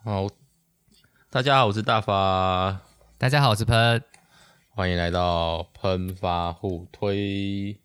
好，大家好，我是大发。 大家好，我是喷。 欢迎来到喷发互推。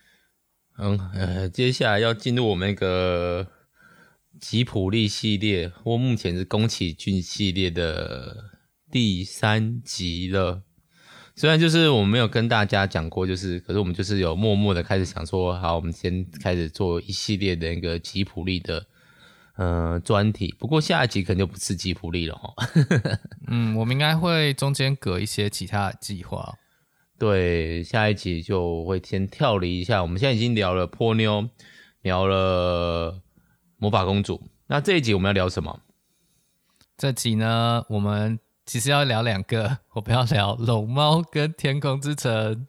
接下来要进入我们那个吉普力系列，或目前是宫崎骏系列的第3集了。虽然就是我们没有跟大家讲过，可是我们就是有默默的开始想说，好，我们先开始做一系列的那个吉普力的专题。不过下一集可能就不是吉普力了齁。 我们应该会中间隔一些其他的计划。 对，下一集就会先跳离一下。我们现在已经聊了波妞，聊了魔法公主，那这一集我们要聊什么？ 这集呢，我们其实要聊2个，我们要聊龙猫跟天空之城。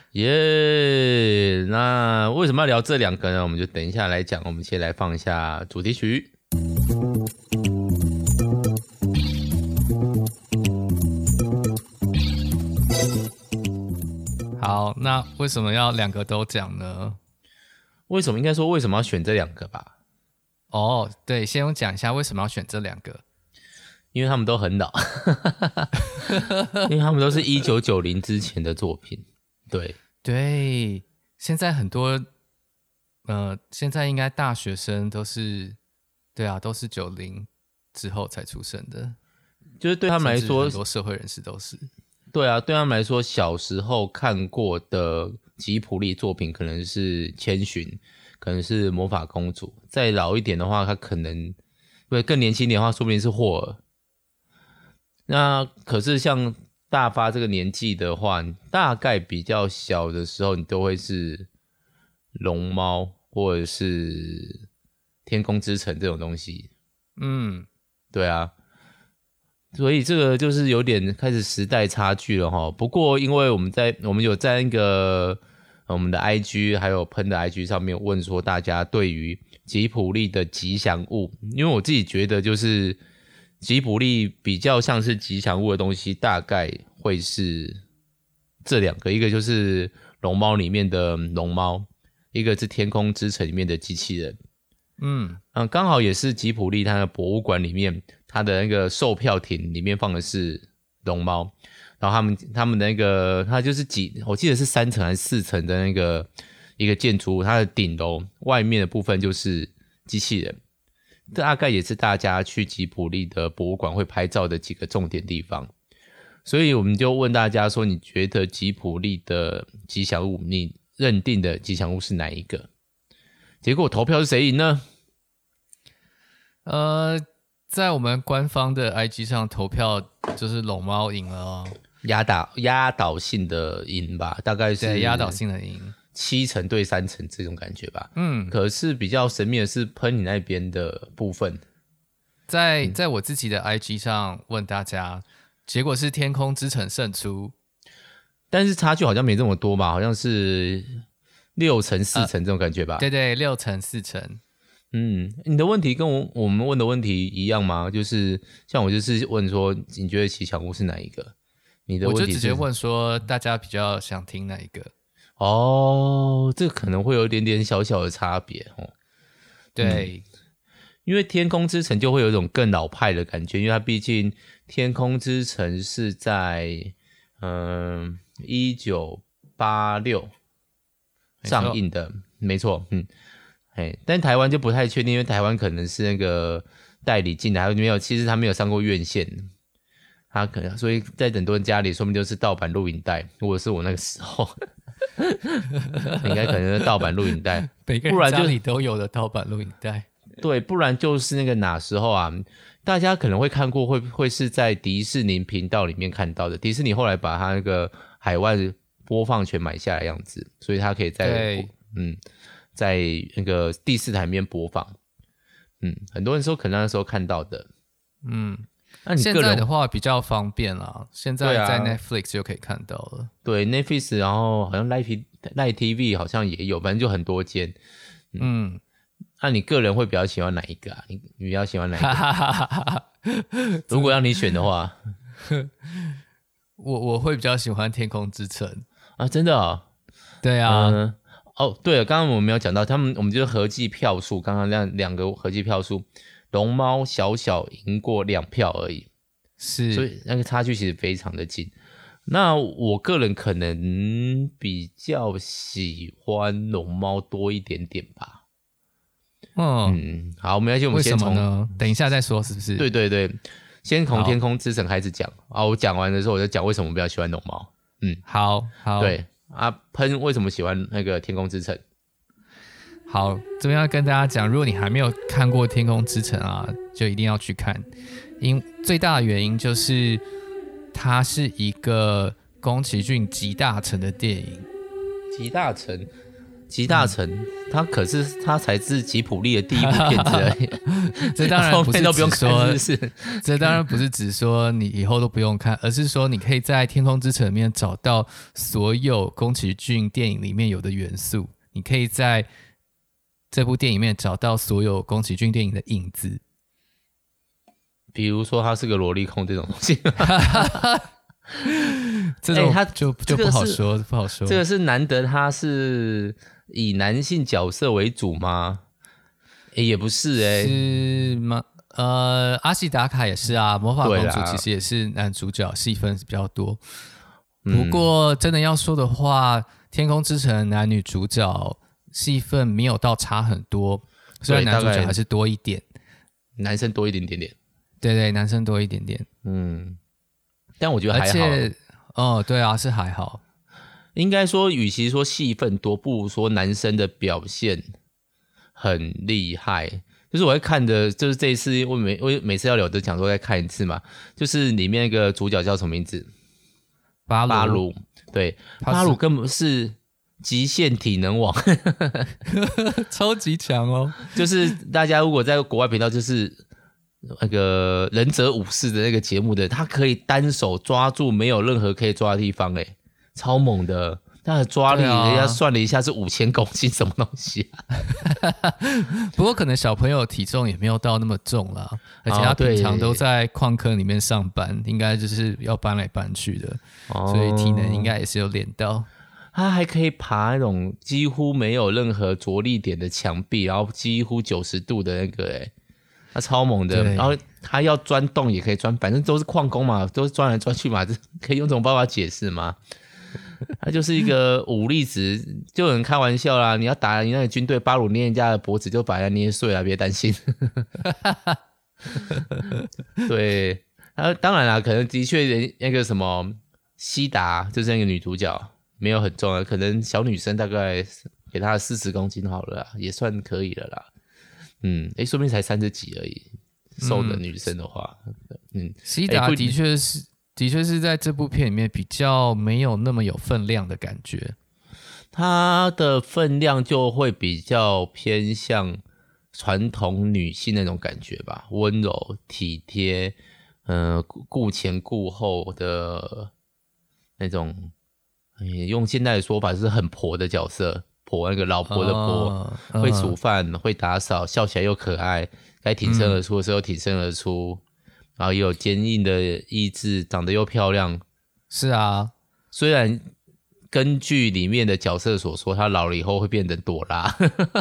耶，那为什么要聊这2个呢？我们就等一下来讲。我们先来放一下主题曲。 好，那为什么要2个都讲呢？ 应该说为什么要选这2个吧？ 哦，对，先讲一下为什么要选这2个。 因为他们都很老。因为他们都是1990之前的作品。 对，现在很多现在应该大学生都是90之后才出生的， 就是对他们来说， 很多社会人士都是。 对啊，对他们来说，小时候看过的吉普力作品可能是千寻，可能是魔法公主。再老一点的话，他可能更年轻一点的话，说不定是霍尔。那可是像大发这个年纪的话，大概比较小的时候，你都会是龙猫或者是天空之城这种东西。对啊。所以这个就是有点开始时代差距了齁。不过因为我们有在那个我们的 IG 还有喷的 IG 上面问说大家对于吉普力的吉祥物，因为我自己觉得就是吉普力比较像是吉祥物的东西，大概会是这2个，一个就是龙猫里面的龙猫，一个是天空之城里面的机器人。刚好也是吉普力它的博物馆里面，它的那个售票亭里面放的是龙猫，然后他们的那个它就是我记得是3层还是4层的那个一个建筑物，它的顶楼外面的部分就是机器人，大概也是大家去吉普力的博物馆会拍照的几个重点地方。所以我们就问大家说，你觉得吉普力的吉祥物，你认定的吉祥物是哪一个？结果投票是谁赢呢？ 在我们官方的 IG 上投票就是龙猫赢了哦， 压倒性的赢吧，大概是对压倒性的赢 ，7成对3成这种感觉吧。可是比较神秘的是喷你那边的部分， 在我自己的 IG 上问大家，结果是天空之城胜出， 但是差距好像没这么多吧，好像是6成4成这种感觉吧。 对，6成4成。 你的问题跟我们问的问题一样吗？就是像我就是问说，你觉得吉祥物是哪一个？你的问题我就直接问说，大家比较想听哪一个？ 哦，这可能会有一点点小小的差别哦。 对， 因为天空之城就会有一种更老派的感觉，因为它毕竟天空之城是在1986上映的，没错。但台湾就不太确定，因为台湾可能是那个代理进来，其实他没有上过院线，他可能所以在很多人家里，说不定就是盗版录影带。如果是我那个时候，应该可能是盗版录影带， 每个人家里都有的盗版录影带。 对，不然就是那个哪时候啊？大家可能会看过，会是在迪士尼频道里面看到的。迪士尼后来把他那个海外播放权买下来的样子，所以他可以在那个第4台里面播放。很多人说可能那时候看到的。那你个人现在的话比较方便啦，现在在 Netflix 就可以看到了。 对 Netflix， 然后好像 Live TV 好像也有，反正就很多间。那你个人会比较喜欢哪一个啊？你比较喜欢哪一个？如果让你选的话， 我会比较喜欢天空之城啊，真的哦。 对啊。 对了，刚刚我们没有讲到，我们就是合计票数，刚刚那2个合计票数， 龙猫小小赢过2票而已， 是， 所以那个差距其实非常的近。那我个人可能比较喜欢龙猫多一点点吧。好，没关系，我们先从为什么呢？等一下再说，是不是？ 对对对，先从天空之城开始讲啊。我讲完的时候，我就讲为什么比较喜欢龙猫。 好， 对啊，喷为什么喜欢那个天空之城？ 好，这边要跟大家讲，如果你还没有看过《天空之城》啊，就一定要去看。最大的原因就是它是一个宫崎骏集大成的电影。 集大成，他才是吉卜力的第一部片子而已。 这当然不是都不用看，是不是？ 这当然不是只说你以后都不用看，而是说你可以在《天空之城》里面找到所有宫崎骏电影里面有的元素，你可以在这部电影里面找到所有宫崎骏电影的影子。 比如说他是个萝莉控这种东西。 这种他就不好说，不好说。 这个是难得他是以男性角色为主吗？也不是是吗？阿西达卡也是啊，魔法公主其实也是男主角，戏份是比较多。不过真的要说的话，天空之城男女主角戏份没有到差很多，虽然男主角还是多一点， 男生多一点点。 对对，男生多一点点。 但我觉得还好。对啊，是还好。 应该说，与其说戏份多，不如说男生的表现很厉害。就是我会看的，就是这一次我每次要聊都讲说再看一次嘛。就是里面那个主角叫什么名字？巴鲁。对，巴鲁根本是极限体能王， 超级强哦。 就是大家如果在国外频道，就是那个忍者武士的那个节目的，他可以单手抓住没有任何可以抓的地方，超猛的。他的抓力，人家算了一下是5000公斤，什么东西不过可能小朋友体重也没有到那么重啦，而且他平常都在矿坑里面上班，应该就是要搬来搬去的，所以体能应该也是有练到。 他还可以爬那种几乎没有任何着力点的墙壁，然后几乎90度的那个，他超猛的。然后他要钻洞也可以钻，反正都是矿工嘛，都是钻来钻去嘛，这可以用这种办法解释吗？他就是一个武力值，就有人开玩笑啦，你要打你那个军队，巴鲁捏人家的脖子就把人家捏碎了，别担心。对，当然啦，可能的确那个什么西达就是那个女主角没有很重啊，可能小女生大概给她40公斤好了啦，也算可以了啦。说不定才30几而已，瘦的女生的话， 西达的确是在这部片里面比较没有那么有分量的感觉， 她的分量就会比较偏向传统女性那种感觉吧，温柔体贴，顾前顾后的那种，用现在的说法是很婆的角色，婆那个老婆的婆，会煮饭，会打扫，笑起来又可爱，该挺身而出的时候挺身而出。然后也有坚硬的意志，长得又漂亮。 是啊， 虽然根据里面的角色所说，她老了以后会变成朵拉，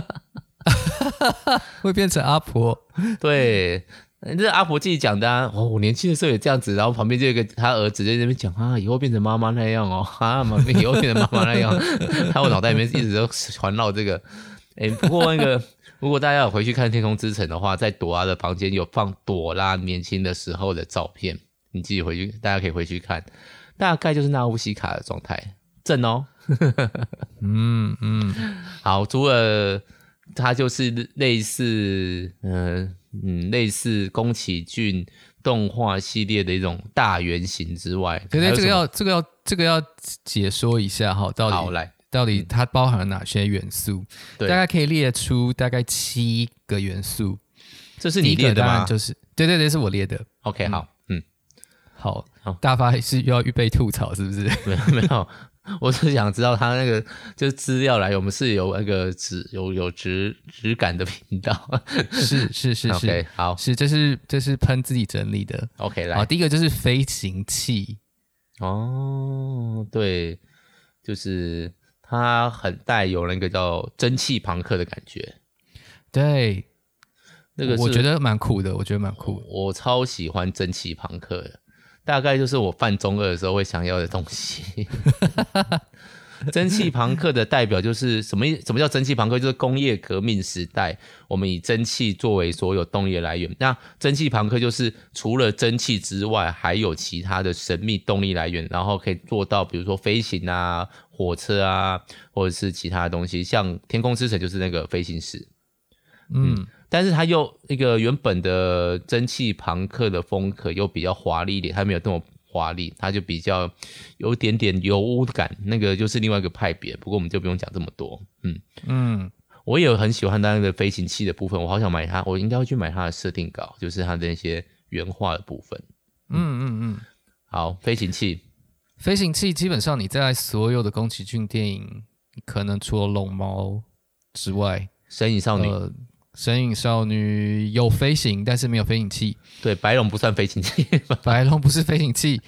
会变成阿婆。 对，这是阿婆自己讲的啊。我年轻的时候也这样子，然后旁边就有一个他儿子在那边讲啊，以后变成妈妈那样哦，以后变成妈妈那样。他我脑袋里面一直都环绕这个。不过那个。如果大家有回去看《天空之城》的话，在朵拉的房间有放朵拉年轻的时候的照片，你自己回去，大家可以回去看，大概就是纳乌西卡的状态，正哦。好，除了它就是类似宫崎骏动画系列的一种大原型之外， 对，这个要解说一下哈，到底它包含了哪些元素？大概可以列出大概7个元素。 这是你列的吗？ 就是对，是我列的。 OK， 好， 好，大发是又要预备吐槽是不是？ 没有，我是想知道他那个就是资料来，我们是有那个有质感的频道。 是 OK， 好， 这是喷自己整理的。 OK， 来， 好，第一个就是飞行器。 对，就是它很带有那个叫蒸汽朋克的感觉。 对， 那个我觉得蛮酷的， 我超喜欢蒸汽朋克的，大概就是我犯中二的时候会想要的东西。蒸汽朋克的代表就是什么叫蒸汽朋克？就是工业革命时代，我们以蒸汽作为所有动力的来源。那蒸汽朋克就是除了蒸汽之外，还有其他的神秘动力来源，然后可以做到，比如说飞行啊、火车啊，或者是其他的东西。像天空之城就是那个飞行士，但是它又一个原本的蒸汽朋克的风格又比较华丽一点，它没有那么华丽，它就比较有点点油污感，那个就是另外一个派别。不过我们就不用讲这么多。我也有很喜欢它那个飞行器的部分，我好想买它，我应该会去买它的设定稿，就是它的那些原画的部分。好，飞行器基本上你在所有的宫崎骏电影，可能除了龙猫之外， 神隐少女。 神隐少女有飞行，但是没有飞行器。 对，白龙不算飞行器。 白龙不是飞行器。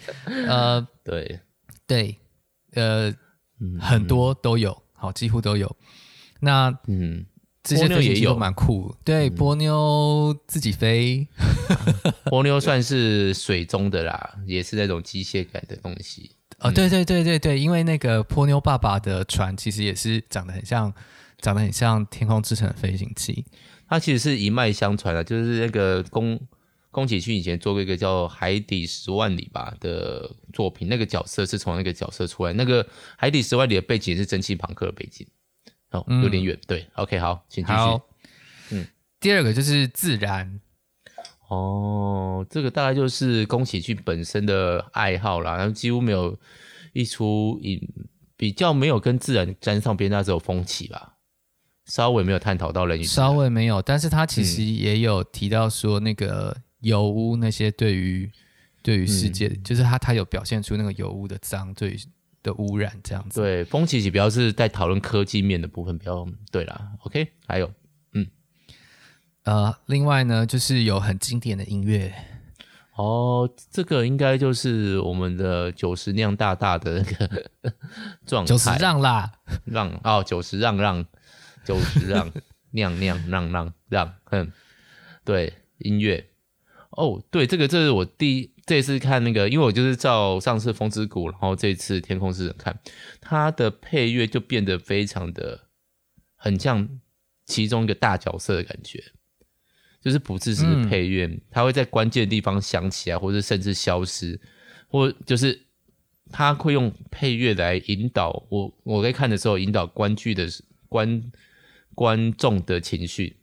对，很多都有，好，几乎都有。那这些飞行器都蛮酷。对，波妞自己飞。 波妞算是水中的啦，也是那种机械感的东西。 对，因为那个波妞爸爸的船其实也是长得很像天空之城的飞行器。 它其实是一脉相传的，就是那个宫崎骏以前做过一个叫《海底10万里》吧的作品，那个角色是从那个角色出来，那个《海底10万里》的背景也是蒸汽朋克的背景。有点远。对 ，OK， 好，请继续。 第二个就是自然。 这个大概就是宫崎骏本身的爱好啦，然后几乎没有一出比较没有跟自然沾上边，那只有风起吧。稍微没有探讨到人与自然， 稍微没有，但是他其实也有提到说那个油污那些对于世界，就是他有表现出那个油污的脏对于的污染这样子。 对，风起比较是在讨论科技面的部分比较对啦。OK， 还有另外呢就是有很经典的音乐。 这个应该就是我们的90酿大大的那个状态。 90让啦， 90让。90让，对，音乐。对，这是我这次看那个，因为我就是照上次风之谷，然后这次天空之城看，它的配乐就变得非常的很像其中一个大角色的感觉，就是不只是配乐，它会在关键的地方响起来，或者甚至消失，或就是它会用配乐来引导我在看的时候引导观众的情绪。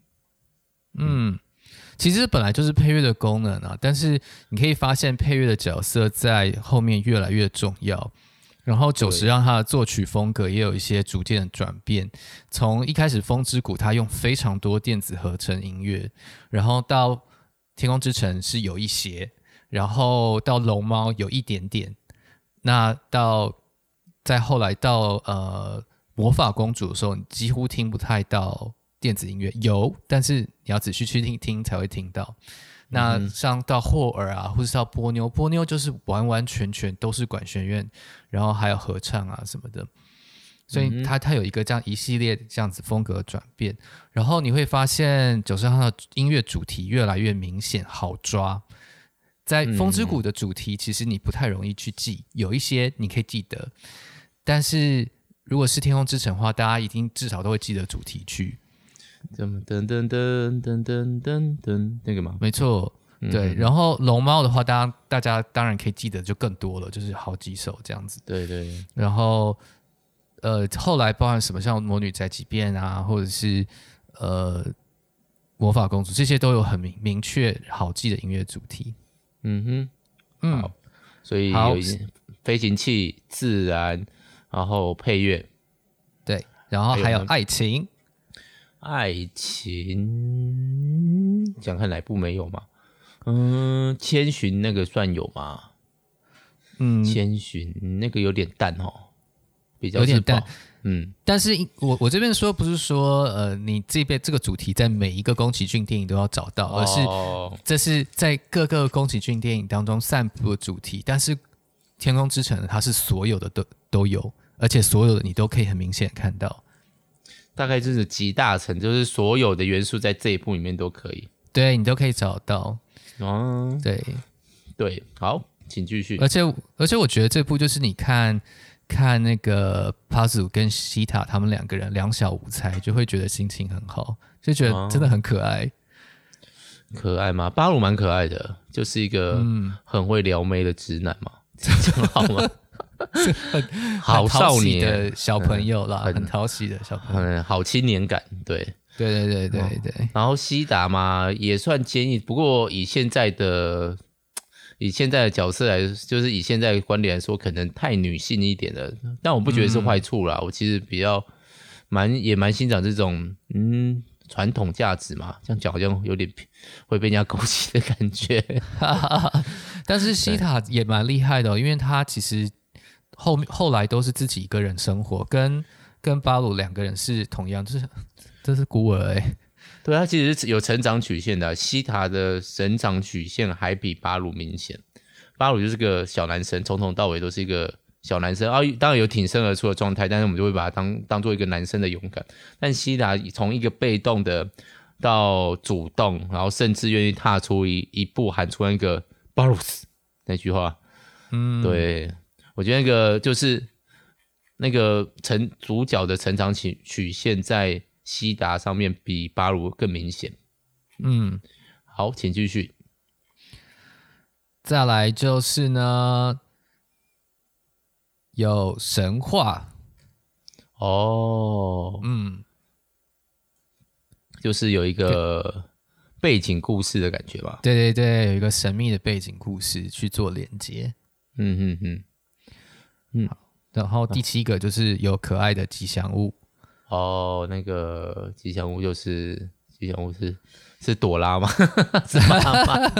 其实本来就是配乐的功能啊，但是你可以发现配乐的角色在后面越来越重要，然后90让他的作曲风格也有一些逐渐的转变。从一开始风之谷他用非常多电子合成音乐，然后到天空之城是有一些，然后到龙猫有一点点，那再后来到魔法公主的时候，你几乎听不太到电子音乐，有，但是你要仔细去听才会听到。那像到霍尔啊，或是到波妞就是完完全全都是管弦乐，然后还有合唱啊什么的，所以它有一个这样一系列这样子风格转变。然后你会发现90让它的音乐主题越来越明显，好抓。在风之谷的主题其实你不太容易去记，有一些你可以记得，但是如果是天空之城的话，大家一定至少都会记得主题曲。 噔噔噔噔噔噔噔噔，那个吗？ 没错，对。然后龙猫的话，大家当然可以记得就更多了，就是好几首这样子。 对。 然后后来包含什么像魔女宅急便啊，或者是魔法公主，这些都有很明确好记的音乐主题。 好，所以有飞行器、自然，然后配乐， 对，然后还有爱情。 想看哪部没有吗？千寻那个算有吗？千寻那个有点淡比较有点淡。但是我这边说不是说你这个主题在每一个宫崎骏电影都要找到，而是这是在各个宫崎骏电影当中散布的主题。但是天空之城它是所有的都有，而且所有的你都可以很明显看到。 大概就是集大成，就是所有的元素在这一部里面都可以。 对你都可以找到。 哦，对，好，请继续。 而且我觉得这部就是你看那个帕祖跟西塔他们两个人两小无猜，就会觉得心情很好，就觉得真的很可爱。 可爱吗？巴鲁蛮可爱的，就是一个很会撩妹的直男嘛，这样好吗？好少年的小朋友啦，很讨喜的小朋友， 好青年感，对。然后西达嘛也算坚毅，不过以现在的角色来，就是以现在的观点来说，可能太女性一点了。但我不觉得是坏处啦，我其实比较也蛮欣赏这种传统价值嘛，这样讲好像有点会被人家勾起的感觉。 但是西塔也蛮厉害的因为他其实后来都是自己一个人生活，跟巴鲁两个人是同样，这是孤儿对，他其实是有成长曲线的，西塔的成长曲线还比巴鲁明显。巴鲁就是个小男生，从头到尾都是一个小男生当然有挺身而出的状态，但是我们就会把他当做一个男生的勇敢。但西塔从一个被动的到主动，然后甚至愿意踏出一步，喊出那个巴鲁斯那句话，对，我觉得那个就是那个主角的成长曲线在西达上面比巴鲁更明显。好，请继续。 再来就是呢，有神话就是有一个背景故事的感觉吧。 对，有一个神秘的背景故事去做连接。好，然后第7个就是有可爱的吉祥物。 那个吉祥物是朵拉吗？是妈妈。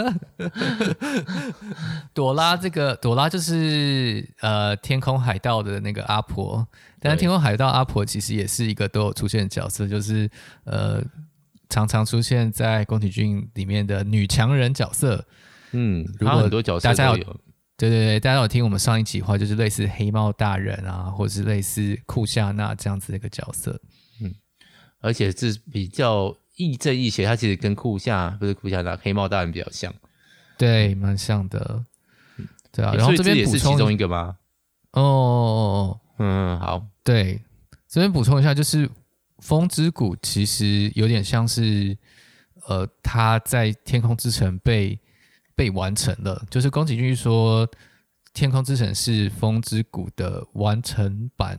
朵拉就是天空海盗的那个阿婆，但是天空海盗阿婆其实也是一个都有出现的角色，就是常常出现在宫崎骏里面的女强人角色。 如果很多角色都有。 对，大家有听我们上一集的话，就是类似黑猫大人啊，或者是类似库夏娜这样子的一个角色。 而且是比较亦正亦邪，他其实跟不是库夏娜，黑猫大人比较像。 对，蛮像的。对啊， 然后这边也是其中一个吗？好。 对，这边补充一下，就是风之谷其实有点像是他在天空之城被完成了，就是宫崎骏说天空之城是风之谷的完成版。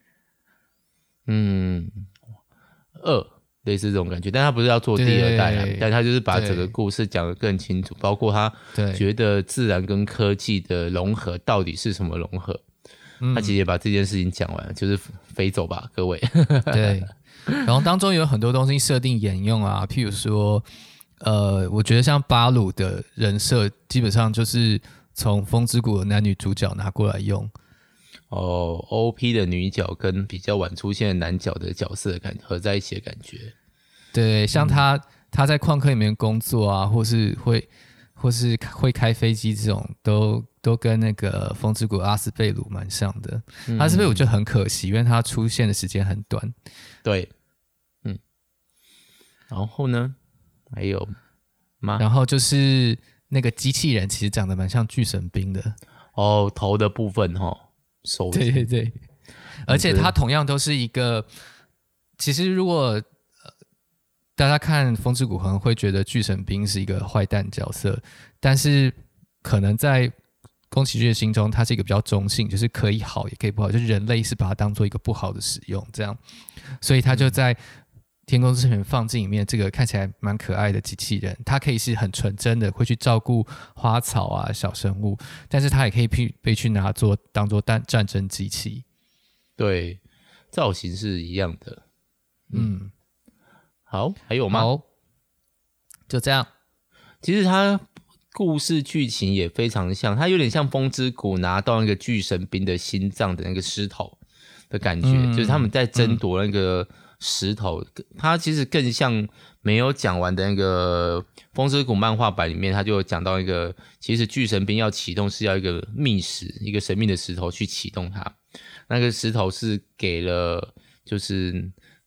类似这种感觉，但他不是要做第2代但他就是把整个故事讲得更清楚，包括他觉得自然跟科技的融合到底是什么融合。他其实也把这件事情讲完了，就是飞走吧各位。 对，然后当中有很多东西设定沿用啊，譬如说我觉得像巴鲁的人设基本上就是从风之谷的男女主角拿过来用。 OP 的女角跟比较晚出现的男角的角色合在一起的感觉。 对，像他在矿坑里面工作啊，或是会开飞机这种，都跟那个风之谷阿斯贝鲁蛮像的。阿斯贝鲁就很可惜，因为他出现的时间很短。 对，然后呢，还有吗？ 然后就是那个机器人，其实长得蛮像巨神兵的。 头的部分对，而且它同样都是一个，其实如果大家看风之谷可能会觉得巨神兵是一个坏蛋角色，但是可能在宫崎骏的心中，他是一个比较中性，就是可以好也可以不好，就是人类是把它当做一个不好的使用这样，所以他就在天空之城放进里面这个看起来蛮可爱的机器人，它可以是很纯真的，会去照顾花草啊小生物，但是它也可以被去当做战争机器。 对，造型是一样的。好，还有吗？ 好，就这样。 其实它故事剧情也非常像，它有点像风之谷拿到那个巨神兵的心脏的那个狮头的感觉，就是他们在争夺那个石头，它其实更像没有讲完的那个风之谷漫画版里面，他就有讲到一个，其实巨神兵要启动是要一个密石，一个神秘的石头去启动它。那个石头是给了就是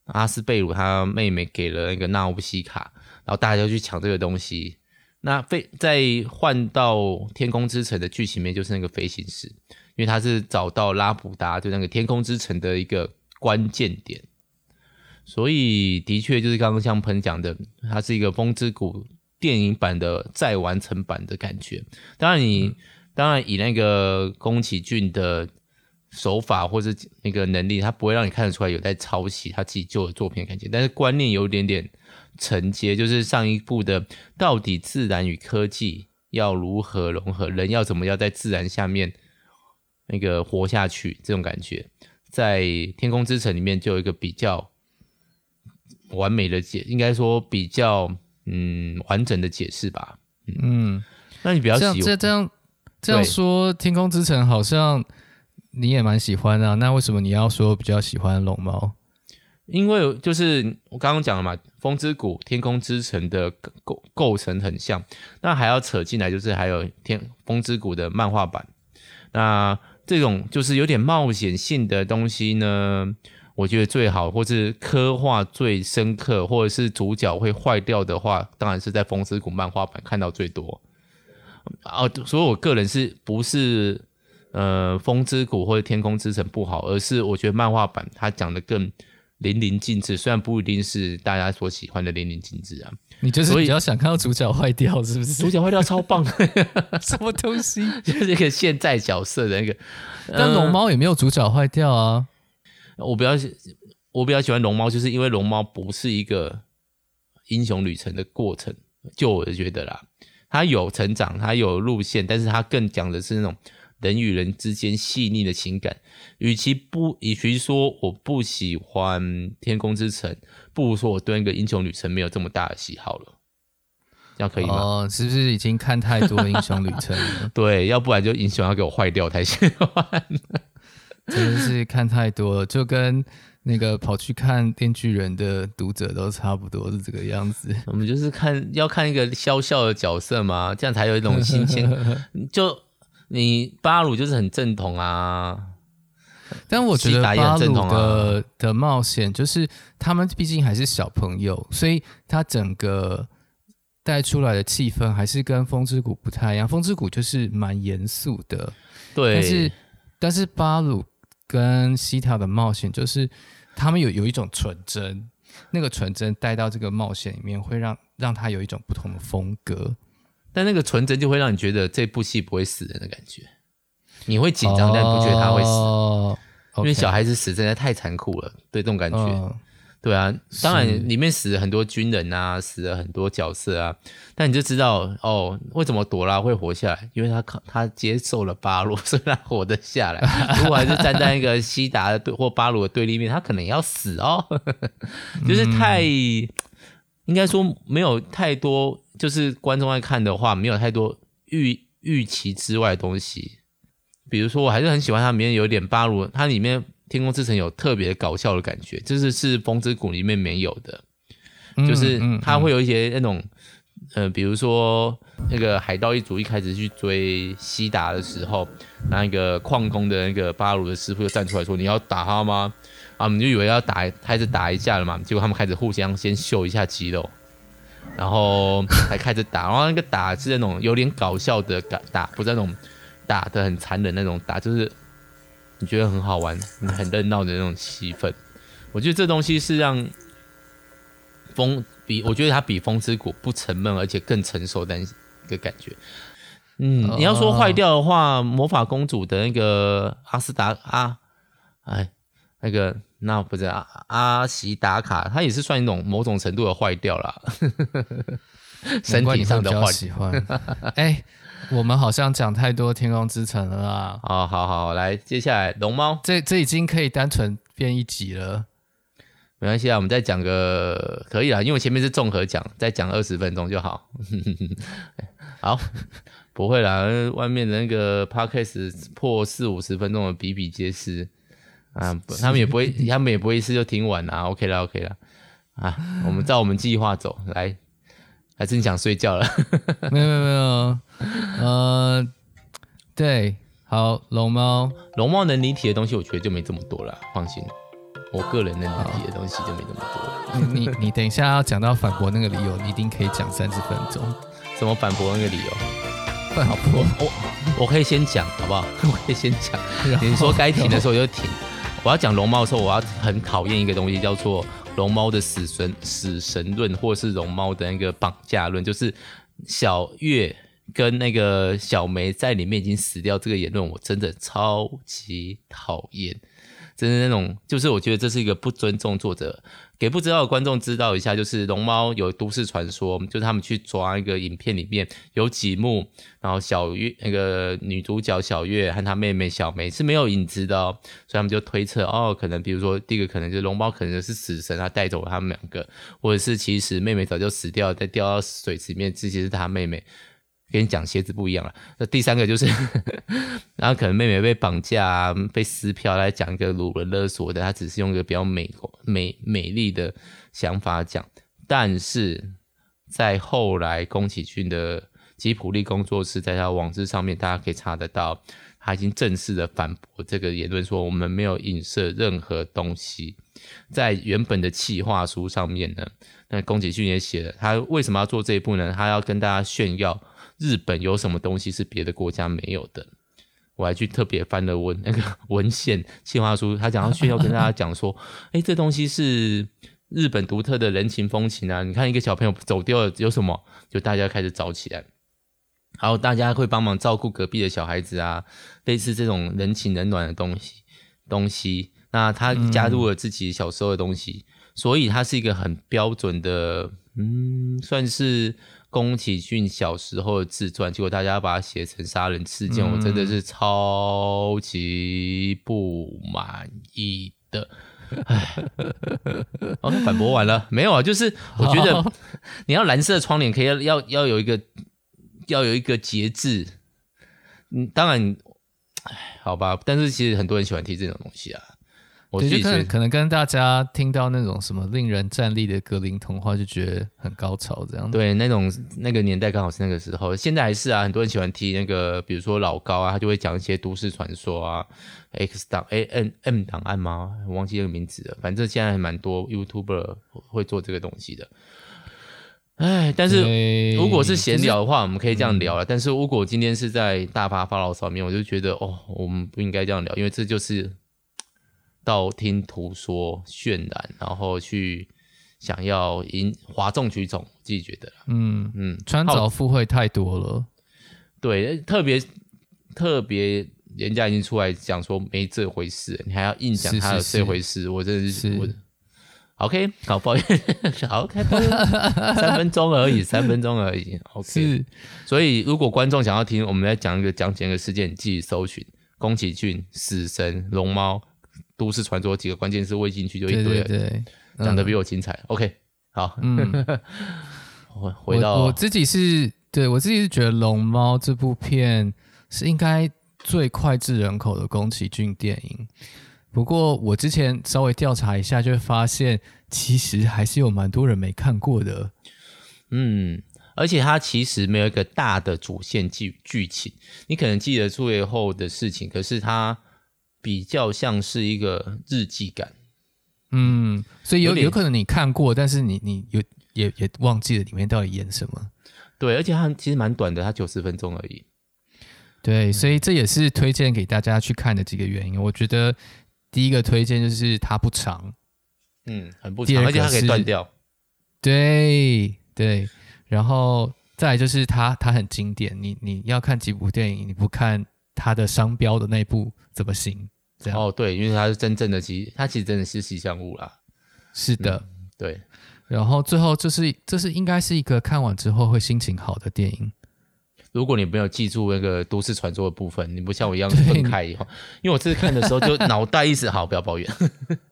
阿斯贝鲁他妹妹给了那个纳乌西卡，然后大家就去抢这个东西。那再换到天空之城的剧情面，就是那个飞行士，因为他是找到拉普达就那个天空之城的一个关键点，所以的确就是刚刚像喷讲的，它是一个风之谷电影版的再完成版的感觉。当然以那个宫崎骏的手法或是那个能力，他不会让你看得出来有在抄袭他自己旧的作品的感觉，但是观念有一点点承接，就是上一部的到底自然与科技要如何融合，人要怎么样在自然下面那个活下去，这种感觉在天空之城里面就有一个比较完美的应该说比较完整的解释吧。那你比较喜欢这样说，天空之城好像你也蛮喜欢的啊，那为什么你要说比较喜欢龙猫？ 因为就是我刚刚讲了嘛，风之谷、天空之城的构成很像，那还要扯进来就是还有风之谷的漫画版。那这种就是有点冒险性的东西呢，我觉得最好，或是刻画最深刻，或者是主角会坏掉的话，当然是在风之谷漫画版看到最多。所以我个人是不是风之谷或者天空之城不好，而是我觉得漫画版它讲的更淋漓尽致，虽然不一定是大家所喜欢的淋漓尽致啊。 你就是比较想看到主角坏掉，是不是？ 主角坏掉超棒的什么东西？ 就是一个现在角色的那个。 但龙猫也没有主角坏掉啊。 我比较喜欢龙猫，就是因为龙猫不是一个英雄旅程的过程，就我觉得啦，它有成长，它有路线，但是它更讲的是那种人与人之间细腻的情感。与其说我不喜欢天空之城，不如说我对那个英雄旅程没有这么大的喜好了。这样可以吗？ 是不是已经看太多英雄旅程了？ 对，要不然就英雄要给我坏掉才喜欢。 真的是看太多了，就跟那个跑去看电锯人的读者都差不多是这个样子。 我们就是要看一个笑笑的角色嘛，这样才有一种新鲜。就你巴鲁就是很正统啊， 但我觉得巴鲁的冒险就是他们毕竟还是小朋友，所以他整个带出来的气氛还是跟风之谷不太一样。风之谷就是蛮严肃的， 对， 但是巴鲁跟西条的冒险就是他们有一种纯真，那个纯真带到这个冒险里面会让他有一种不同的风格。 但那个纯真就会让你觉得这部戏不会死人的感觉，你会紧张，但不觉得他会死，因为小孩子死真的太残酷了，对这种感觉。对啊，当然里面死了很多军人啊，死了很多角色啊，但你就知道为什么朵拉会活下来，因为他接受了巴鲁，所以他活得下来。如果还是站在一个西达的或巴鲁的对立面，他可能要死哦。就是应该说没有太多，就是观众在看的话，没有太多预期之外的东西。比如说，我还是很喜欢它里面有点巴鲁，它里面天空之城有特别搞笑的感觉，是风之谷里面没有的，就是它会有一些那种比如说那个海盗一族一开始去追西达的时候，那个矿工的那个巴鲁的师傅就站出来说：“你要打他吗？”啊，我们就以为要开始打一架了嘛，结果他们开始互相先秀一下肌肉，然后才开始打，然后那个打是那种有点搞笑的打，不是那种打得很残忍那种打，就是你觉得很好玩、很热闹的那种气氛。我觉得这东西是让我觉得它比风之谷不沉闷，而且更成熟的一个感觉。你要说坏掉的话，魔法公主的那个那个那不是阿西达卡，它也是算一种某种程度的坏掉啦。身体上的坏掉。我们好像讲太多天空之城了啦。 好，来，接下来龙猫， 这已经可以单纯变一集了。 没关系啊，我们再讲个可以啦，因为我前面是综合讲，再讲20分钟就好。好，不会啦，外面的那个 podcast 破40-50分钟的比比皆是啊，他们也不会一次就听完啦。OK 啦啊，我们照我们计划走，来，还是你想睡觉了？ 没有，对，好，龙猫能离题的东西，我觉得就没这么多了，放心。 我个人能理解的东西就没那么多。 你等一下要讲到反驳那个理由，你一定可以讲30分钟。 怎么反驳那个理由？ 反驳我可以先讲好不好？我可以先讲。你说该停的时候我就停。我要讲龙猫的时候，我要很讨厌一个东西，叫做龙猫的死神论，或是龙猫的那个绑架论，就是小月跟那个小梅在里面已经死掉这个言论，我真的超级讨厌。真的那种，就是我觉得这是一个不尊重作者。给不知道的观众知道一下，就是龙猫有都市传说，就是他们去抓一个影片里面有几幕，然后小月那个女主角小月和她妹妹小梅是没有影子的哦，所以他们就推测可能比如说第一个可能就是龙猫可能是死神，他带走了他们两个，或者是其实妹妹早就死掉了，再掉到水池里面，这些是她妹妹。跟你讲鞋子不一样了。那第三个就是然后可能妹妹被绑架啊，被撕票来讲一个掳人勒索的，他只是用一个比较美丽的想法讲。但是在后来宫崎骏的吉卜力工作室在他网志上面大家可以查得到，他已经正式的反驳这个言论，说我们没有影射任何东西。在原本的企划书上面呢，那宫崎骏也写了他为什么要做这一步呢，他要跟大家炫耀日本有什么东西是别的国家没有的。我还去特别翻了那个文献企划书，他讲要炫耀跟大家讲说这东西是日本独特的人情风情啊，你看一个小朋友走丢了有什么，就大家开始找起来，还有大家会帮忙照顾隔壁的小孩子啊，类似这种人情冷暖的东西，那他加入了自己小时候的东西，所以他是一个很标准的算是宫崎骏小时候的自传，结果大家把它写成杀人事件，我真的是超级不满意的。反驳完了没有啊？就是我觉得你要蓝色的窗帘可以要有一个节制。当然好吧，但是其实很多人喜欢听这种东西啊。我自己可能跟大家听到那种什么令人站立的格林童话就觉得很高潮这样。 对，那个年代刚好是那个时候，现在还是啊，很多人喜欢听那个，比如说老高啊，他就会讲一些都市传说啊 ，X 档M 档案吗？我忘记那个名字了。反正现在还蛮多 YouTuber 会做这个东西的。但是如果是闲聊的话，我们可以这样聊了。但是如果今天是在大发牢骚面，我就觉得我们不应该这样聊，因为这就是道听途说渲染，然后去想要哗众取宠，自己觉得穿凿附会太多了。 对，特别人家已经出来讲说没这回事，你还要硬讲他有这回事，我真的是OK， 好，抱怨，好，开抱怨，3分钟而已，3分钟而已 ，OK。所以如果观众想要听，我们来讲解一个事件，你自己搜寻宫崎骏、死神、龙猫、都市传说几个关键字喂进去就一堆了， 对， 讲得比我精彩。OK， 好，回到我自己是觉得龙猫这部片是应该最脍炙人口的宫崎骏电影。不过我之前稍微调查一下，就会发现其实还是有蛮多人没看过的。 而且它其实没有一个大的主线剧情，你可能记得最后的事情，可是它比较像是一个日记感。 所以有可能你看过，但是你也忘记了里面到底演什么。 对，而且它其实蛮短的，它90分钟而已。 对，所以这也是推荐给大家去看的几个原因。我觉得第一个推荐就是它不长， 很不长，而且它可以断掉。 对，然后再来就是它很经典，你要看几部电影，你不看它的商标的那部怎么行？这样对，因为它是真正的它其实真的是吉祥物啦。 是的， 对。 然后最后这是应该是一个看完之后会心情好的电影。 如果你没有记住那个都市传说的部分，你不像我一样分开以后，因为我这次看的时候就脑袋一直好，不要抱怨。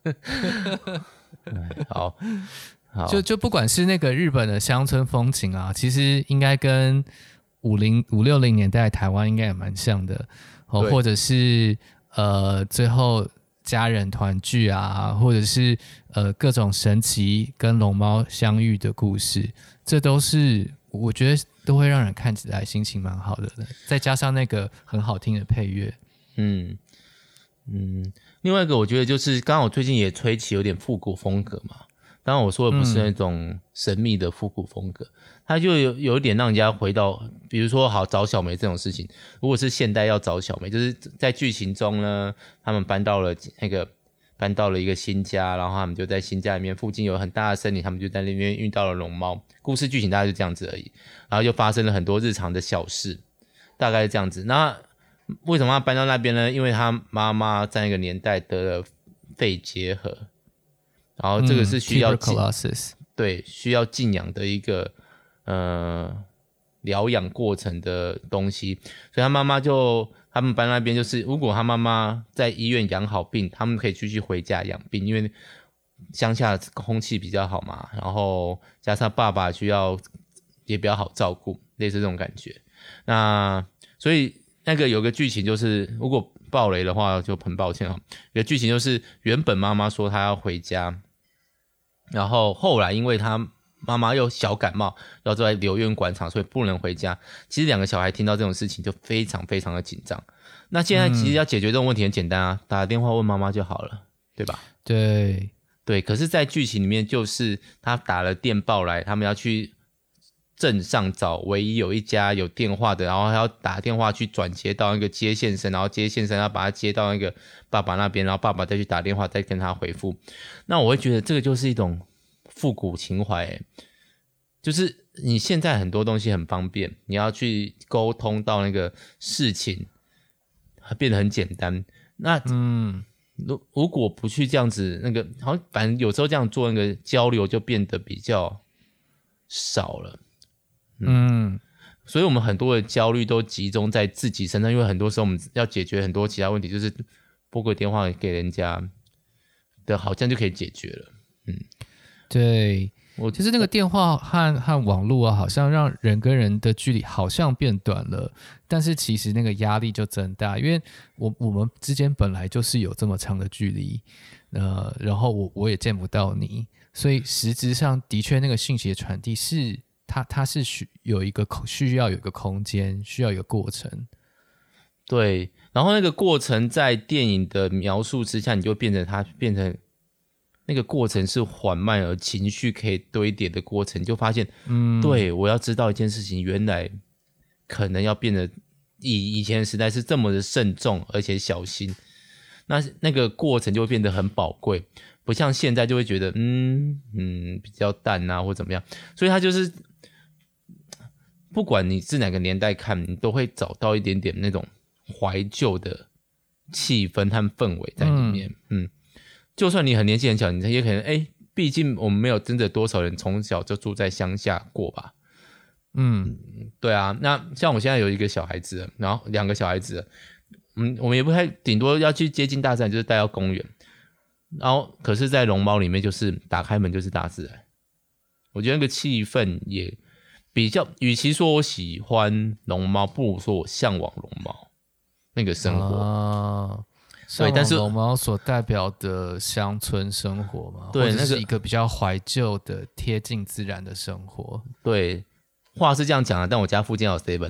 好， 就不管是那个日本的乡村风情啊，其实应该跟50、60年代台湾应该也蛮像的，或者是最后家人团聚啊，或者是各种神奇跟龙猫相遇的故事，这都是我觉得都会让人看起来心情蛮好的，再加上那个很好听的配乐。 另外一个我觉得就是刚好我最近也吹起有点复古风格嘛，当然我说的不是那种神秘的复古风格，它就有一点让人家回到，比如说好找小梅这种事情，如果是现代要找小梅，就是在剧情中呢，他们搬到了一个新家，然后他们就在新家里面附近有很大的森林，他们就在那边遇到了龙猫，故事剧情大概就这样子而已，然后就发生了很多日常的小事，大概是这样子。那为什么要搬到那边呢？因为他妈妈在那个年代得了肺结核，然后这个是需要对，需要静养的一个疗养过程的东西，所以他们搬那边就是，如果他妈妈在医院养好病，他们可以继续回家养病，因为乡下空气比较好嘛，然后加上爸爸也比较好照顾，类似这种感觉。那所以那个有个剧情就是，如果爆雷的话就很抱歉，有个剧情就是原本妈妈说她要回家，然后后来因为她妈妈又小感冒要在留院观察，所以不能回家。其实两个小孩听到这种事情就非常非常的紧张。那现在其实要解决这种问题很简单啊，打电话问妈妈就好了，对吧？ 对， 可是在剧情里面就是他打了电报来，他们要去镇上找唯一有一家有电话的，然后还要打电话去转接到那个接线生，然后接线生要把他接到那个爸爸那边，然后爸爸再去打电话再跟他回复。那我会觉得这个就是一种复古情怀，就是你现在很多东西很方便，你要去沟通到那个事情变得很简单。那如果不去这样子，那个好像反正有时候这样做，那个交流就变得比较少了。所以我们很多的焦虑都集中在自己身上，因为很多时候我们要解决很多其他问题，就是拨个电话给人家的，好像就可以解决了。 对，其实那个电话和网络啊，好像让人跟人的距离好像变短了，但是其实那个压力就增大，因为我们之间本来就是有这么长的距离，然后我也见不到你，所以实质上的确那个讯息的传递是它是需要有一个空间，需要一个过程。 对，然后那个过程在电影的描述之下，你就变成那个过程是缓慢而情绪可以堆叠的过程，就发现，对，我要知道一件事情，原来可能要变得以前的时代是这么的慎重而且小心，那个过程就会变得很宝贵，不像现在就会觉得比较淡啊或怎么样，所以它就是不管你是哪个年代看，你都会找到一点点那种怀旧的气氛和氛围在里面。就算你很年轻很小，你也可能毕竟我们没有真的多少人从小就住在乡下过吧。对啊，那像我现在有一个小孩子，然后2个小孩子，我们也不太，顶多要去接近大自然，就是带到公园。然后可是在龙猫里面就是打开门就是大自然，我觉得那个气氛也比较，与其说我喜欢龙猫，不如说我向往龙猫那个生活。 对，但是龙猫所代表的乡村生活嘛， 对， 或者是一个比较怀旧的贴近自然的生活。 对，话是这样讲的，但我家附近有 7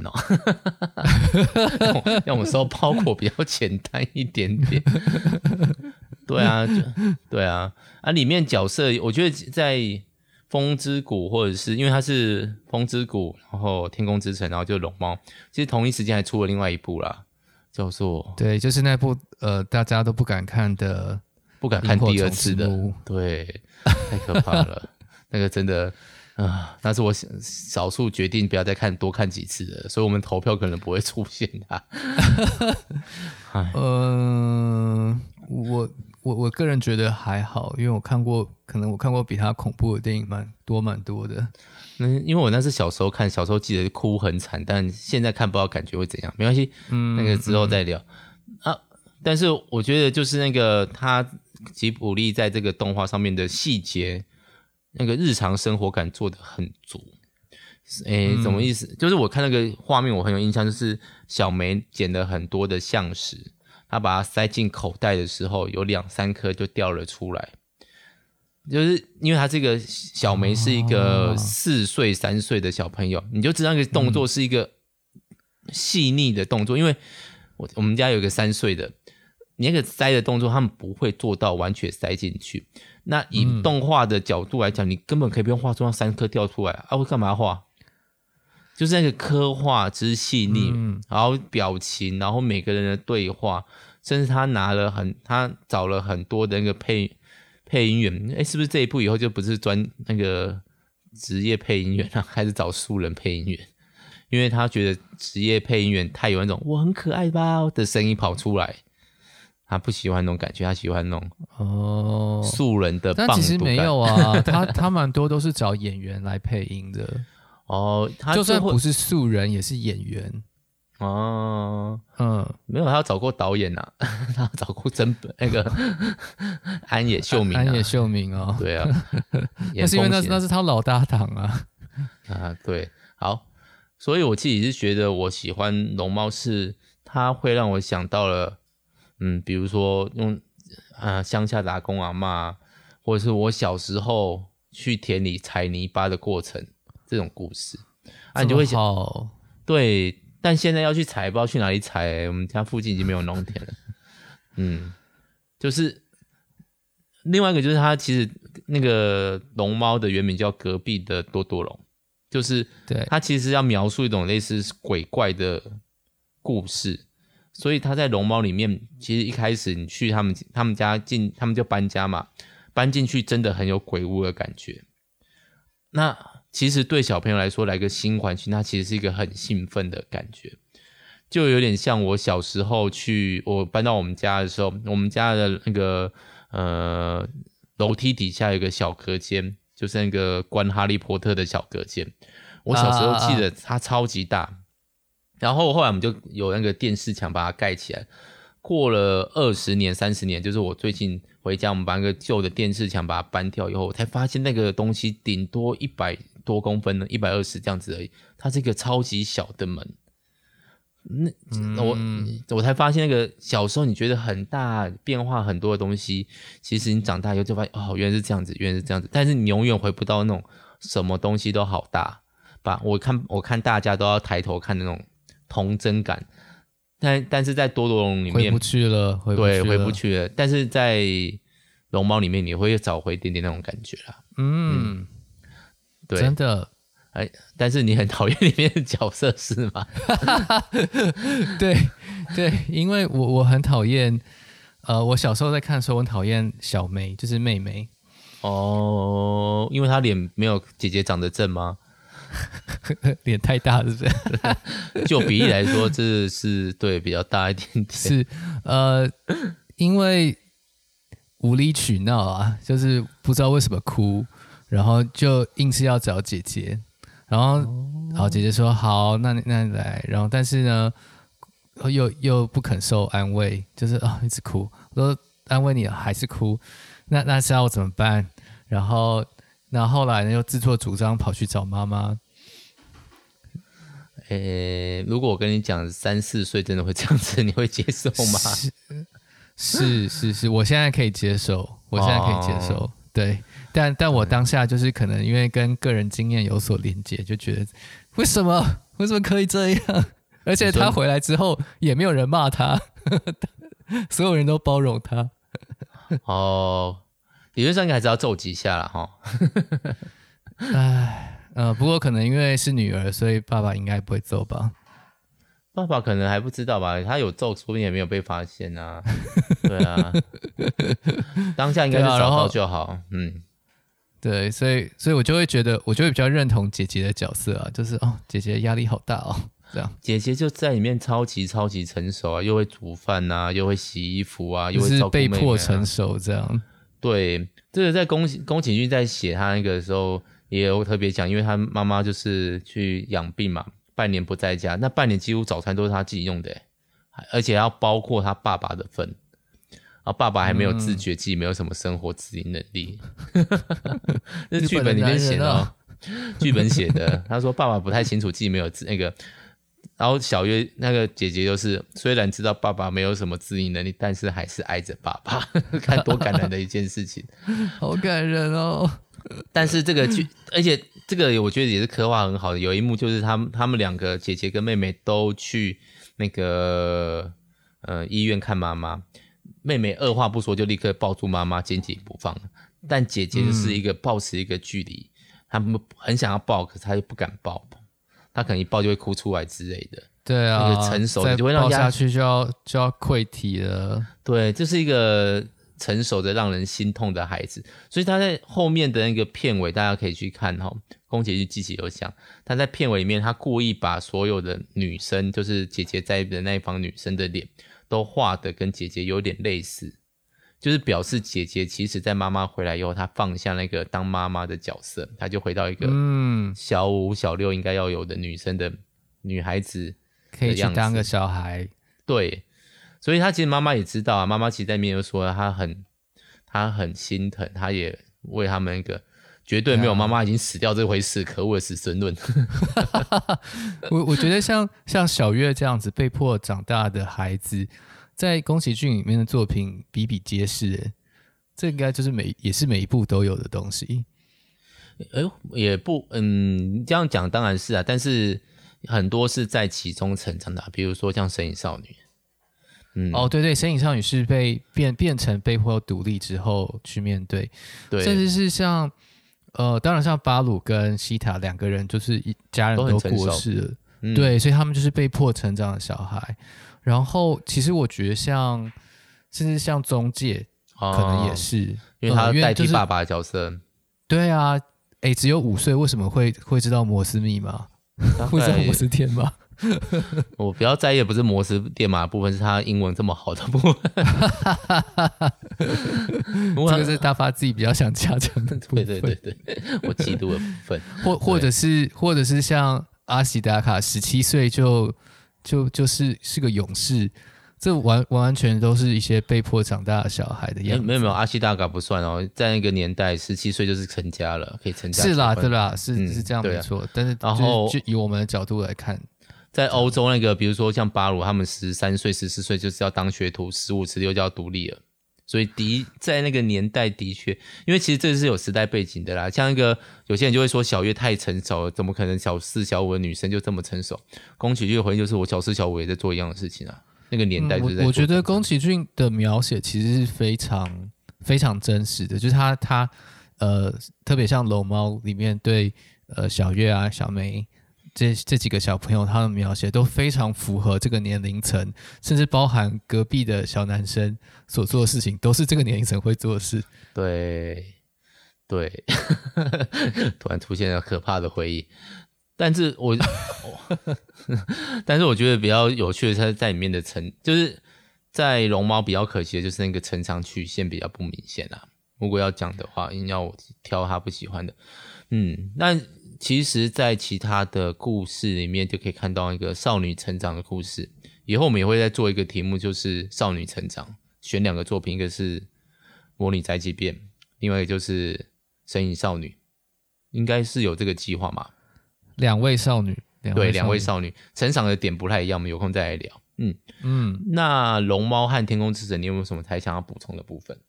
让我收包裹比较简单一点点。对啊，里面角色我觉得在风之谷，或者是因为它是风之谷，然后天空之城，然后就龙猫，其实同一时间还出了另外一部啦，叫做对，就是那部大家都不敢看第2次的， 对，太可怕了，那个真的那是我少数决定不要再多看几次的，所以我们投票可能不会出现它。 我个人觉得还好，因为我看过比它恐怖的电影蛮多的。 因为我那是小时候看，小时候记得哭很惨，但现在看不知道感觉会怎样，没关系，那个之后再聊但是我觉得就是那个他吉卜力在这个动画上面的细节，那个日常生活感做得很足。什么意思？就是我看那个画面我很有印象，就是小梅捡了很多的橡石，她把它塞进口袋的时候，有2-3颗就掉了出来。就是因为她这个小梅是一个4岁3岁的小朋友，你就知道那个动作是一个细腻的动作。因为我们家有一个3岁的， 你那个塞的动作他们不会做到完全塞进去。那以动画的角度来讲，你根本可以不用画出那3颗掉出来啊，会干嘛画？就是那个刻画之细腻，然后表情，然后每个人的对话，甚至他找了很多的那个配音员，是不是这一部以后就不是那个职业配音员啊，开始找素人配音员？因为他觉得职业配音员太有那种我很可爱吧的声音跑出来，他不喜欢那种感觉，他喜欢那种素人的棒读感。 但其实没有啊，他蛮多都是找演员来配音的。他就算不是素人也是演员。 没有，他找过导演啊，他找过那个安野秀明。 安野秀明哦， 对啊， 那是因为那是他老搭档啊。 对，好，所以我自己是觉得我喜欢龙猫是它会让我想到了，比如说用乡下打工阿嬷，或者是我小时候去田里采泥巴的过程。这种故事你就会想，对，但现在要去采，不知道去哪里采，我们家附近已经没有农田了。就是另外一个就是它其实那个龙猫的原名叫隔壁的多多龙，就是它其实要描述一种类似鬼怪的故事，所以它在龙猫里面，其实一开始你去他们家他们就搬家嘛，搬进去真的很有鬼屋的感觉。那其实对小朋友来说，来个新环境，它其实是一个很兴奋的感觉，就有点像我小时候我搬到我们家的时候，我们家的那个楼梯底下有一个小隔间，就是那个关哈利波特的小隔间。我小时候记得它超级大，然后后来我们就有那个电视墙把它盖起来。过了20年、30年，就是我最近回家，我们把那个旧的电视墙把它搬掉以后，我才发现那个东西顶多100多公分呢，120这样子而已。它是一个超级小的门。我才发现那个小时候你觉得很大变化很多的东西，其实你长大以后就发现原来是这样子，原来是这样子。但是你永远回不到那种什么东西都好大，我看大家都要抬头看那种童真感。但是在多多龙里面回不去了， 对，回不去了。但是在龙猫里面你会找回一点点那种感觉啦。对， 真的。 但是你很讨厌里面的角色是吗？ 对，因为我很讨厌，我小时候在看的时候，我很讨厌小梅，就是妹妹。 因为她脸没有姐姐长得正吗？ 脸太大是不是？ 就比例来说，这是对比较大一点点。 是因为无理取闹啊，就是不知道为什么哭，然后就硬是要找姐姐，然后姐姐说好，那你来，然后但是呢又不肯受安慰，就是一直哭，我说安慰你还是哭，那是要我怎么办？然后后来呢又自作主张跑去找妈妈。 如果我跟你讲3、4岁真的会这样子，你会接受吗？ 是，我现在可以接受，对，但我当下就是可能因为跟个人经验有所连结，就觉得为什么可以这样？而且他回来之后也没有人骂他，所有人都包容他。 理论上应该还是要揍几下啦齁。 不过可能因为是女儿，所以爸爸应该不会揍吧？ 爸爸可能还不知道吧，他有揍，说不定也没有被发现啊。对啊，当下应该是找到就好。 对，所以我就会觉得，我就会比较认同姐姐的角色啊，就是姐姐压力好大哦，这样。 姐姐就在里面超级超级成熟啊，又会煮饭啊，又会洗衣服啊，又会照顾妹妹啊， 就是被迫成熟这样。 对，这个在宫崎骏在写他那个时候也有特别讲，因为他妈妈就是去养病嘛，半年不在家，那半年几乎早餐都是他自己用的，而且要包括他爸爸的份，然后爸爸还没有自觉自己没有什么生活自理能力。这是剧本里面写的剧本写的，他说爸爸不太清楚自己没有那个，然后小月那个姐姐就是虽然知道爸爸没有什么自理能力，但是还是爱着爸爸。看多感人的一件事情。 好感人哦。 但是这个剧，而且这个我觉得也是刻画很好的，有一幕就是他们两个姐姐跟妹妹都去那个医院看妈妈， 妹妹二话不说就立刻抱住妈妈紧紧不放，但姐姐就是一个保持一个距离，她很想要抱，可是她又不敢抱，她可能一抱就会哭出来之类的。 对啊， 那个成熟的就会让抱下去就要溃体了。 对，这是一个成熟的让人心痛的孩子，所以他在后面的那个片尾大家可以去看宫崎骏自己有讲，他在片尾里面他故意把所有的女生，就是姐姐在的那一方女生的脸都画的跟姐姐有点类似，就是表示姐姐其实在妈妈回来以后，她放下那个当妈妈的角色，她就回到一个小5小6应该要有的女生的女孩子可以去当个小孩。 对，所以她其实妈妈也知道啊，妈妈其实在面就说她很心疼，她也为他们那个绝对没有妈妈已经死掉这回事，可恶的死神论。 我觉得像小月这样子被迫长大的孩子，在宫崎骏里面的作品比比皆是，这应该就是也是每一部都有的东西。 也不，这样讲当然是啊，但是很多是在其中成长的，比如说像《神隐少女》。 对对，《神隐少女》是变成被迫独立之后去面对， 对， 甚至是像当然像巴鲁跟西塔两个人，就是家人都过世了，对，所以他们就是被迫成长的小孩。然后其实我觉得甚至像宗介可能也是， 因为他代替爸爸的角色。 对啊，只有5岁，为什么会知道摩斯密码？会知道摩斯电码？ 我比较在意的不是摩斯电码的部分，是他英文这么好的部分。 这个是大发自己比较想加强的部分。 对，我嫉妒的部分。 或者是像阿喜达卡17岁就是个勇士，这完全都是一些被迫长大的小孩的样子。 没有，阿西达卡不算哦，在那个年代17岁就是成家了，可以成家。 是啦，对啦，是这样没错。但是然后就以我们的角度来看， 在欧洲那个，比如说像巴鲁，他们13岁、14岁就是要当学徒，15、16就要独立了。所以在那个年代的确，因为其实这是有时代背景的啦。像那个有些人就会说小月太成熟了，怎么可能小4、小5的女生就这么成熟？宫崎骏的回应就是我小4、小5也在做一样的事情啊。那个年代就是在做。 我觉得宫崎骏的描写其实是非常非常真实的，就是他特别像龙猫里面对小月啊、小梅这几个小朋友，他的描写都非常符合这个年龄层，甚至包含隔壁的小男生所做的事情，都是这个年龄层会做的事。 对，突然出现了可怕的回忆。但是我觉得比较有趣的是在里面的就是在龙猫比较可惜的就是那个成长曲线比较不明显啦。如果要讲的话，硬要我挑他不喜欢的，那其实在其他的故事里面就可以看到一个少女成长的故事。以后我们也会再做一个题目，就是少女成长，选2个作品，一个是《魔女宅急便》，另外一个就是《神隐少女》，应该是有这个计划嘛 ？2位少女， 对，2位少女成长的点不太一样，我们有空再来聊。那龙猫和天空之城，你有没有什么还想要补充的部分？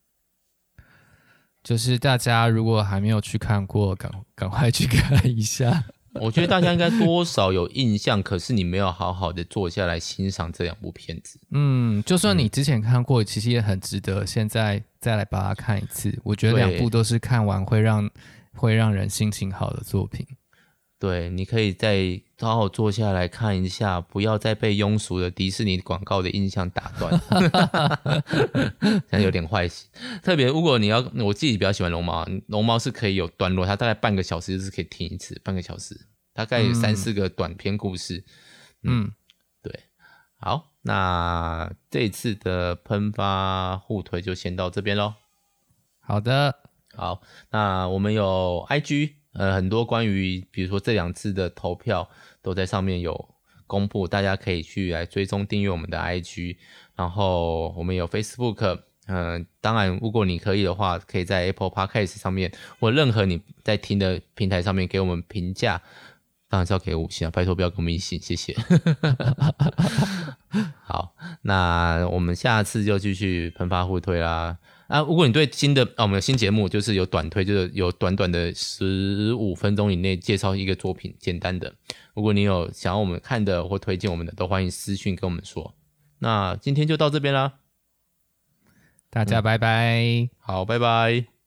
就是大家如果还没有去看过，赶快去看一下。 我觉得大家应该多少有印象，可是你没有好好的坐下来欣赏这2部片子。 就算你之前看过，其实也很值得现在再来把它看一次。我觉得2部都是看完会让人心情好的作品。 对，你可以再好好坐下来看一下，不要再被庸俗的迪士尼广告的印象打断。这样有点坏心。特别如果我自己比较喜欢龙猫，龙猫是可以有段落，它大概半个小时就是可以听一次，半个小时大概有3、4个短篇故事。对，好，那这一次的喷发互推就先到这边咯。 好的， 好，那我们有 IG。很多关于比如说这2次的投票都在上面有公布，大家可以去来追踪订阅我们的 IG， 然后我们有 Facebook， 当然如果你可以的话，可以在 Apple Podcast 上面或任何你在听的平台上面给我们评价，当然是要给5星啊，拜托不要给我们1星，谢谢。好，那我们下次就继续喷发互推啦。如果你对我们有新节目，就是有短推，就是有短短的15分钟以内介绍一个作品，简单的。如果你有想要我们看的或推荐我们的，都欢迎私讯跟我们说。那今天就到这边啦。 大家拜拜。 好，拜拜。